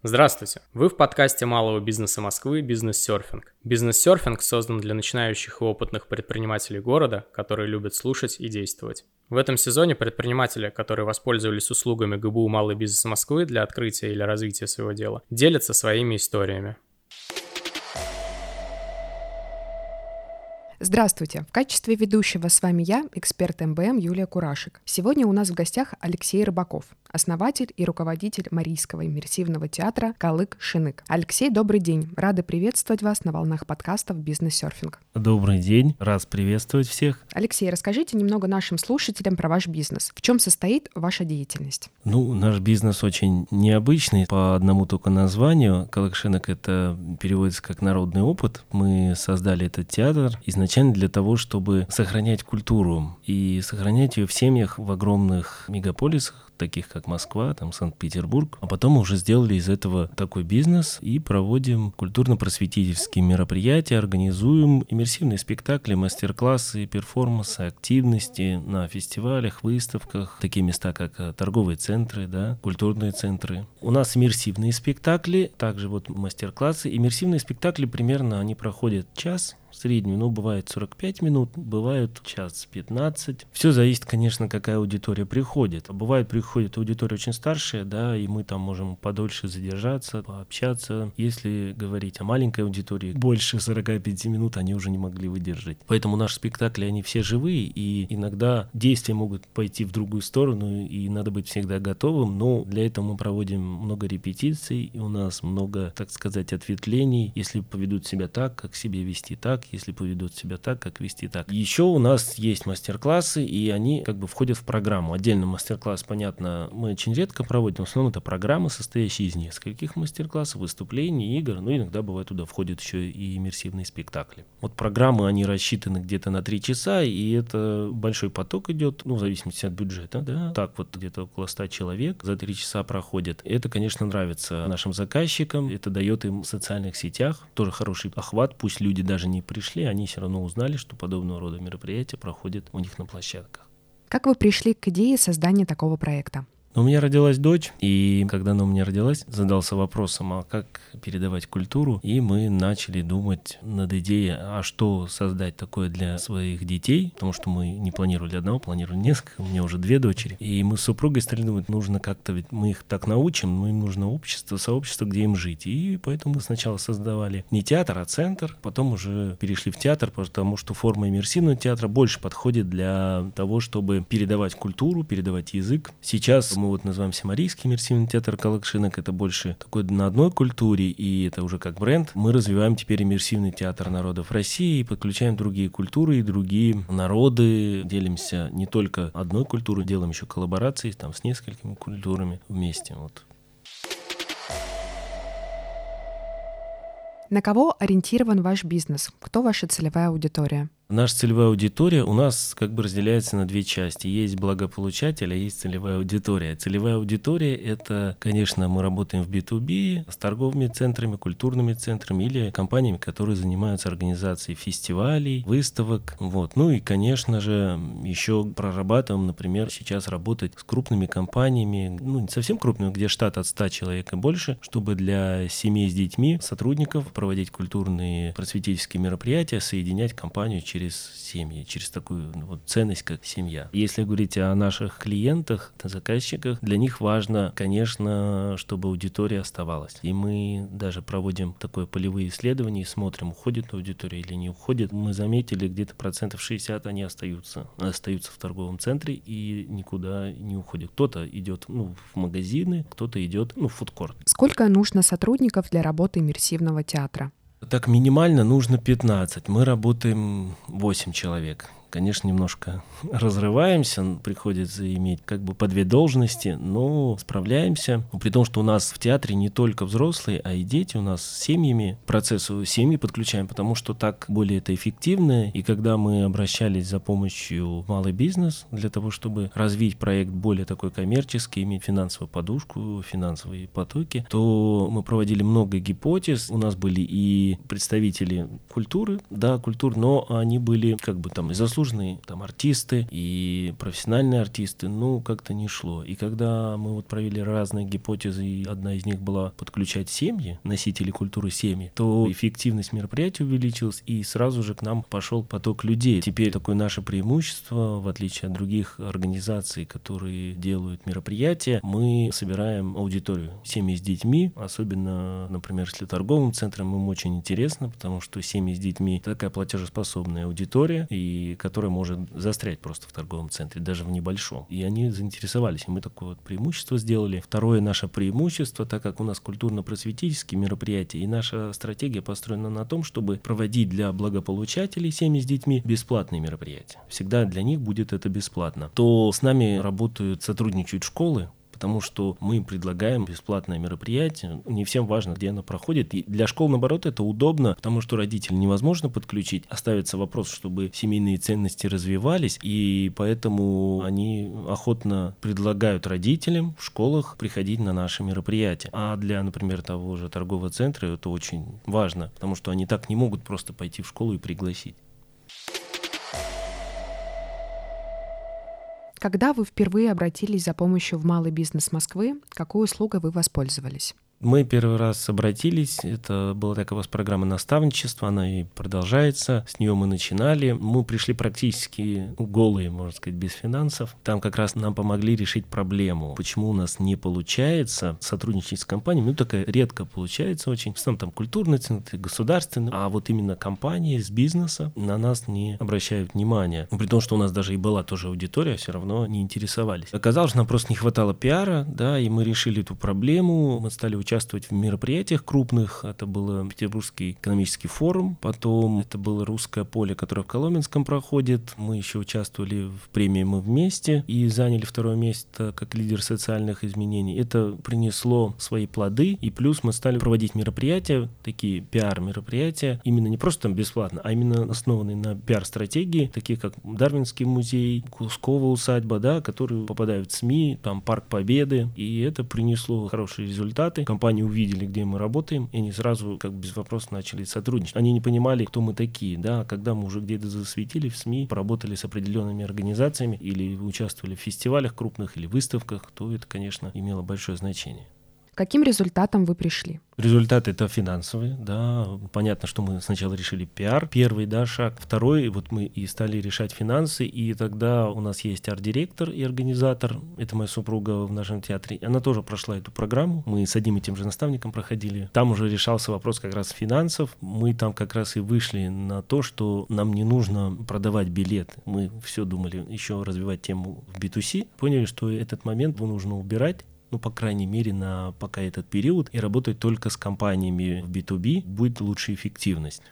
Здравствуйте! Вы в подкасте малого бизнеса Москвы «Бизнес-серфинг». «Бизнес-серфинг» создан для начинающих и опытных предпринимателей города, которые любят слушать и действовать. В этом сезоне предприниматели, которые воспользовались услугами ГБУ «Малый бизнес Москвы» для открытия или развития своего дела, делятся своими историями. Здравствуйте! В качестве ведущего с вами я, эксперт МБМ Юлия Курашек. Сегодня у нас в гостях Алексей Рыбаков, основатель и руководитель Марийского иммерсивного театра «Калык-Шынык». Алексей, добрый день! Рады приветствовать вас на волнах подкастов «Бизнес-серфинг». Добрый день! Рад приветствовать всех. Алексей, расскажите немного нашим слушателям про ваш бизнес. В чем состоит ваша деятельность? Наш бизнес очень необычный по одному только названию. «Калык-Шынык» — это переводится как «народный опыт». Мы создали этот театр изначально для того, чтобы сохранять культуру и сохранять ее в семьях в огромных мегаполисах, таких как Москва, Санкт-Петербург. А потом мы уже сделали из этого такой бизнес и проводим культурно-просветительские мероприятия, организуем иммерсивные спектакли, мастер-классы, перформансы, активности на фестивалях, выставках, такие места, как торговые центры, культурные центры. У нас иммерсивные спектакли, также мастер-классы. Иммерсивные спектакли примерно они проходят час. В среднем, бывает 45 минут, бывает час 15. Все зависит, конечно, какая аудитория приходит. Бывает, приходит аудитория очень старшая, и мы там можем подольше задержаться, пообщаться. Если говорить о маленькой аудитории, больше 45 минут они уже не могли выдержать. Поэтому наши спектакли, они все живые, и иногда действия могут пойти в другую сторону, и надо быть всегда готовым. Но для этого мы проводим много репетиций, и у нас много, так сказать, ответвлений. Если поведут себя так, как себе вести так, если поведут себя так, как вести так. Еще у нас есть мастер-классы, и они входят в программу. Отдельно мастер-класс, понятно, мы очень редко проводим, в основном это программы, состоящие из нескольких мастер-классов, выступлений, игр, иногда бывает туда входят еще и иммерсивные спектакли. Программы, они рассчитаны где-то на 3 часа, и это большой поток идет, в зависимости от бюджета, так где-то около 100 человек за 3 часа проходит. Это, конечно, нравится нашим заказчикам, это дает им в социальных сетях тоже хороший охват, пусть люди даже не пришли, они все равно узнали, что подобного рода мероприятия проходят у них на площадках. Как вы пришли к идее создания такого проекта? У меня родилась дочь, и когда она у меня родилась, задался вопросом, а как передавать культуру, и мы начали думать над идеей, а что создать такое для своих детей, потому что мы не планировали одного, планировали несколько, у меня уже 2 дочери, и мы с супругой стали думать, нужно как-то, ведь мы их так научим, но им нужно общество, сообщество, где им жить, и поэтому мы сначала создавали не театр, а центр, потом уже перешли в театр, потому что форма иммерсивного театра больше подходит для того, чтобы передавать культуру, передавать язык. Сейчас мы называемся Марийский иммерсивный театр «Калык-Шынык». Это больше такой на одной культуре, и это уже как бренд. Мы развиваем теперь иммерсивный театр народов России и подключаем другие культуры и другие народы. Делимся не только одной культурой, делаем еще коллаборации с несколькими культурами вместе. На кого ориентирован ваш бизнес? Кто ваша целевая аудитория? Наша целевая аудитория у нас разделяется на 2 части. Есть благополучатель, а есть целевая аудитория. Целевая аудитория — это, конечно, мы работаем в B2B с торговыми центрами, культурными центрами или компаниями, которые занимаются организацией фестивалей, выставок. И, конечно же, еще прорабатываем, например, сейчас работать с крупными компаниями, не совсем крупными, где штат от 100 человек и больше, чтобы для семей с детьми, сотрудников проводить культурные просветительские мероприятия, соединять компанию через семьи, через такую ценность, как семья. Если говорить о наших клиентах, заказчиках, для них важно, конечно, чтобы аудитория оставалась. И мы даже проводим такое полевые исследования и смотрим, уходит аудитория или не уходит. Мы заметили, где-то 60% они остаются в торговом центре и никуда не уходят. Кто-то идет в магазины, кто-то идет в фудкорт. Сколько нужно сотрудников для работы иммерсивного театра? Так минимально нужно 15. Мы работаем 8 человек. Конечно, немножко разрываемся, приходится иметь по 2 должности, но справляемся. При том, что у нас в театре не только взрослые, а и дети, у нас с семьями, к процессу семьи подключаем, потому что так более это эффективно. И когда мы обращались за помощью в малый бизнес для того, чтобы развить проект более такой коммерческий, иметь финансовую подушку, финансовые потоки, то мы проводили много гипотез. У нас были и представители культуры, но они были из заслуженных заслуженные там артисты и профессиональные артисты, как-то не шло. И когда мы провели разные гипотезы, и одна из них была подключать семьи, носители культуры семьи, то эффективность мероприятия увеличилась, и сразу же к нам пошел поток людей. Теперь такое наше преимущество, в отличие от других организаций, которые делают мероприятия, мы собираем аудиторию, семьи с детьми, особенно, например, если торговым центром, им очень интересно, потому что семьи с детьми — такая платежеспособная аудитория, и которая может застрять просто в торговом центре, даже в небольшом. И они заинтересовались, и мы такое преимущество сделали. Второе наше преимущество, так как у нас культурно-просветительские мероприятия, и наша стратегия построена на том, чтобы проводить для благополучателей, семьи с детьми, бесплатные мероприятия. Всегда для них будет это бесплатно. То с нами сотрудничают школы, потому что мы предлагаем бесплатное мероприятие. Не всем важно, где оно проходит. И для школ, наоборот, это удобно, потому что родителей невозможно подключить. Оставится вопрос, чтобы семейные ценности развивались, и поэтому они охотно предлагают родителям в школах приходить на наши мероприятия. А для, например, того же торгового центра это очень важно, потому что они так не могут просто пойти в школу и пригласить. Когда вы впервые обратились за помощью в малый бизнес Москвы, какой услугой вы воспользовались? Мы первый раз обратились, это была такая у вас программа наставничества, она и продолжается, с нее мы начинали. Мы пришли практически голые, можно сказать, без финансов. Там как раз нам помогли решить проблему, почему у нас не получается сотрудничать с компаниями, такая редко получается очень. В основном там культурные центры, государственные, а вот именно компании с бизнеса на нас не обращают внимания. При том, что у нас даже и была тоже аудитория, все равно не интересовались. Оказалось, что нам просто не хватало пиара, и мы решили эту проблему, мы стали участвовать в мероприятиях крупных. Это был Петербургский экономический форум, потом это было Русское поле, которое в Коломенском проходит. Мы еще участвовали в премии «Мы вместе» и заняли 2 место как лидер социальных изменений. Это принесло свои плоды, и плюс мы стали проводить мероприятия, такие пиар-мероприятия, именно не просто там бесплатно, а именно основанные на пиар-стратегии, такие как Дарвинский музей, Кускова усадьба, которые попадают в СМИ, там Парк Победы, и это принесло хорошие результаты. Компании увидели, где мы работаем, и они сразу без вопросов начали сотрудничать. Они не понимали, кто мы такие, когда мы уже где-то засветили в СМИ, поработали с определенными организациями или участвовали в фестивалях крупных или выставках, то это, конечно, имело большое значение. К каким результатам вы пришли? Результаты это финансовые, понятно, что мы сначала решили пиар, первый, шаг, второй, мы и стали решать финансы, и тогда у нас есть арт-директор и организатор, это моя супруга в нашем театре, она тоже прошла эту программу, мы с одним и тем же наставником проходили, там уже решался вопрос как раз финансов, мы там как раз и вышли на то, что нам не нужно продавать билеты, мы все думали еще развивать тему в B2C, поняли, что этот момент нужно убирать, по крайней мере, на пока этот период, и работать только с компаниями в B2B, будет лучшая эффективность.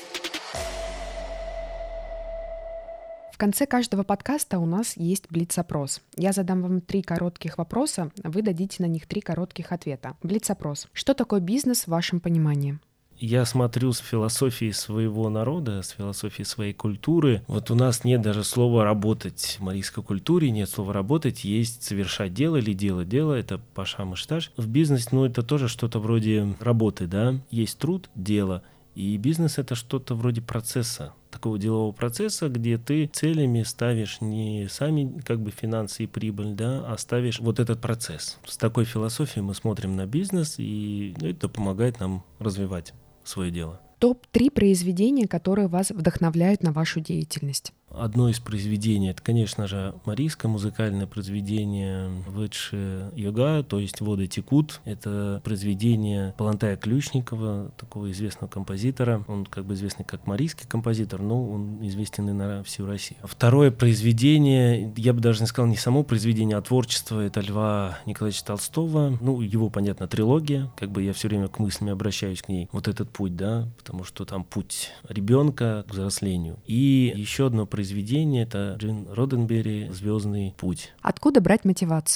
В конце каждого подкаста у нас есть блиц-опрос. Я задам вам 3 коротких вопроса, вы дадите на них 3 коротких ответа. Блиц-опрос. Что такое бизнес в вашем понимании? Я смотрю с философией своего народа, с философией своей культуры. У нас нет даже слова «работать». В марийской культуре нет слова «работать», есть «совершать дело» или «делать дело». Это пашам и шташ. В бизнесе, это тоже что-то вроде работы, Есть труд, дело. И бизнес — это что-то вроде процесса, такого делового процесса, где ты целями ставишь не сами финансы и прибыль, а ставишь этот процесс. С такой философией мы смотрим на бизнес, и это помогает нам развивать свое дело. Топ-3 произведения, которые вас вдохновляют на вашу деятельность. Одно из произведений, это, конечно же, марийское музыкальное произведение «Выдши йога», то есть «Воды текут». Это произведение Палантая Ключникова, такого известного композитора. Он известный как марийский композитор, но он известен и на всю Россию. Второе произведение, я бы даже не сказал не само произведение, а творчество, это Льва Николаевича Толстого. Его, понятно, трилогия, я все время к мыслям обращаюсь к ней. Этот путь, потому что там путь ребенка к взрослению. И еще одно произведение — это Джин Роденберри «Звездный путь». Откуда брать мотивацию?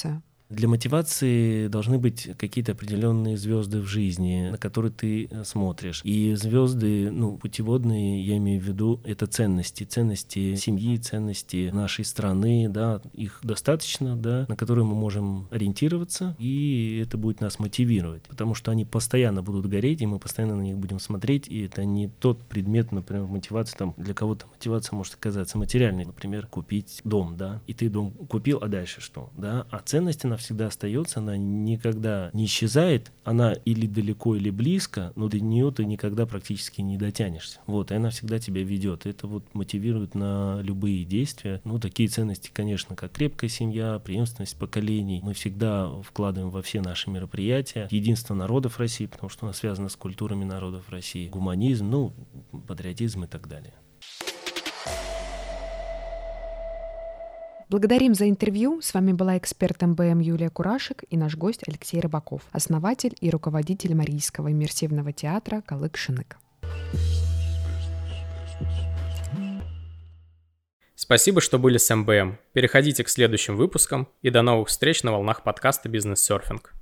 Для мотивации должны быть какие-то определенные звезды в жизни, на которые ты смотришь. И звезды, путеводные, я имею в виду, это ценности семьи, ценности нашей страны, да, их достаточно, да, на которые мы можем ориентироваться, и это будет нас мотивировать, потому что они постоянно будут гореть, и мы постоянно на них будем смотреть, и это не тот предмет, например, мотивации, там, для кого-то мотивация может оказаться материальной, например, купить дом, да, и ты дом купил, а дальше что, да, а ценность, она всегда остается, она никогда не исчезает, она или далеко, или близко, но до нее ты никогда практически не дотянешься, вот, и она всегда тебя ведет, это вот мотивирует на любые действия, такие ценности, конечно, как крепкая семья, преемственность поколений, мы всегда вкладываем во все наши мероприятия, единство народов России, потому что оно связано с культурами народов России, гуманизм, патриотизм и так далее. Благодарим за интервью. С вами была эксперт МБМ Юлия Курашек и наш гость Алексей Рыбаков, основатель и руководитель Марийского иммерсивного театра «Калык-Шынык». Спасибо, что были с МБМ. Переходите к следующим выпускам и до новых встреч на волнах подкаста «Бизнес-серфинг».